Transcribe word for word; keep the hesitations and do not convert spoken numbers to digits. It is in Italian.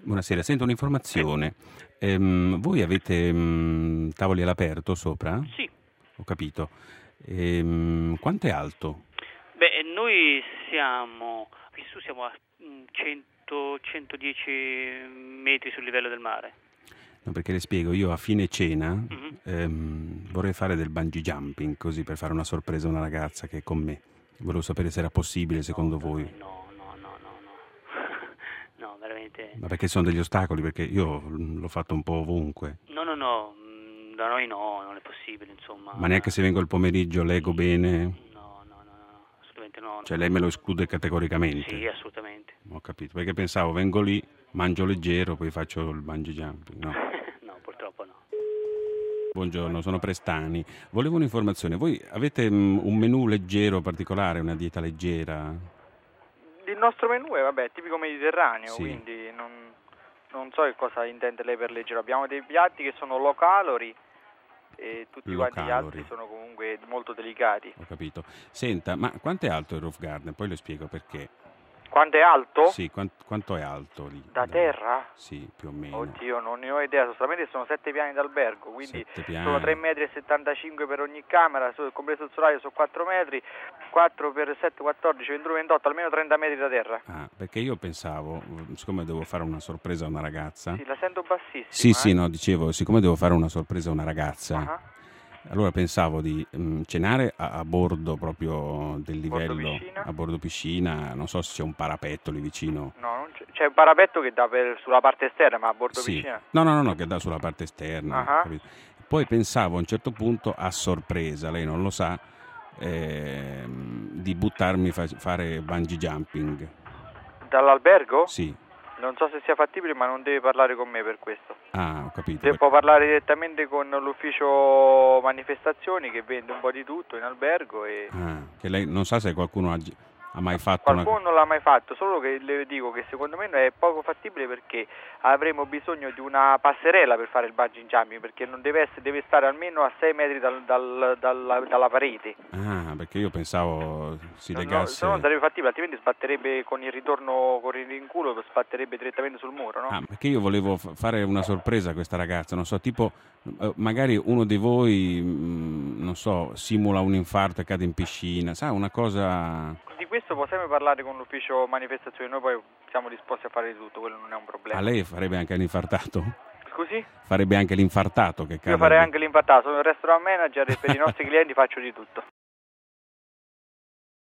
Buonasera, sento un'informazione. Ehm, voi avete mm, tavoli all'aperto sopra? Sì, Ho capito. Ehm, quanto è alto? beh, noi siamo, su siamo a mm, cento centodieci metri sul livello del mare. No, perché le spiego, io a fine cena Mhm. ehm, vorrei fare del bungee jumping, così per fare una sorpresa a una ragazza che è con me. Volevo sapere se era possibile secondo No, da voi. noi no, no, no, no, no. No, veramente. Ma perché sono degli ostacoli? Perché io l'ho fatto un po' ovunque. No, no, no, mm, da noi no, non è possibile, Ma neanche insomma. se vengo il pomeriggio leggo bene. No, no, no, no, assolutamente no. Cioè lei me lo esclude Sì, categoricamente. assolutamente. Ho capito, perché pensavo vengo lì, mangio leggero, poi faccio il bungee jumping. No. No, purtroppo no. Buongiorno, sono Prestani. Volevo un'informazione. Voi avete mm, un menù leggero particolare, una dieta leggera? Il nostro menù è, vabbè, tipico mediterraneo, Sì. quindi non, non so che cosa intende lei per leggero. Abbiamo dei piatti che sono low calorie e tutti Low quanti gli calorie. altri sono comunque molto delicati. Ho capito. Senta, ma quanto è alto il roof garden? Poi le spiego perché. Quanto è alto? Sì, quan- quanto è alto lì? Da terra? Sì, più o meno. Oddio, non ne ho idea, solamente sono sette piani d'albergo, quindi Sette piani. sono tre virgola settantacinque metri per ogni camera, so- compreso il solaio sono quattro metri, quattro per sette, quattordici, ventuno, ventotto, almeno trenta metri da terra. Ah, perché io pensavo, siccome devo fare una sorpresa a una ragazza. Sì, la sento bassissima. Sì, eh? sì, no, dicevo, siccome devo fare una sorpresa a una ragazza. Ah, Allora pensavo di mm, cenare a, a bordo proprio del Bordo livello, piscina? a bordo piscina, non so se c'è un parapetto lì vicino. No, non c'è. C'è un parapetto che dà per, sulla parte esterna, ma a bordo Sì. piscina. No, no, no, no, che dà sulla parte esterna. Ah. capito? Poi pensavo a un certo punto, a sorpresa, lei non lo sa, ehm, di buttarmi a fare bungee jumping. Dall'albergo? Sì. Non so se sia fattibile, ma non deve parlare con me per questo. Ah, ho capito. Deve, può parlare direttamente con l'ufficio manifestazioni che vende un po' di tutto in albergo e Ah, che lei non sa se qualcuno ha, gi- ha mai fatto una... qualcuno non l'ha mai fatto, solo che le dico che secondo me è poco fattibile perché avremo bisogno di una passerella per fare il bungee jumping, perché non deve, essere, deve stare almeno a sei metri dal, dal, dalla, dalla parete. Ah, perché io pensavo si No, no, legasse... se no non sarebbe fattibile, altrimenti sbatterebbe con il ritorno con il rinculo, sbatterebbe direttamente sul muro, no? Ah, perché io volevo f- fare una sorpresa a questa ragazza, non so, tipo eh, magari uno di voi, mm, non so, simula un infarto e cade in piscina, sa, una cosa... Di questo possiamo parlare con l'ufficio manifestazioni, noi poi siamo disposti a fare di tutto, quello non è un problema. A lei farebbe anche l'infartato? Scusi? Farebbe anche l'infartato che cade... Io farei anche l'infartato, sono il restaurant manager e per i nostri clienti faccio di tutto.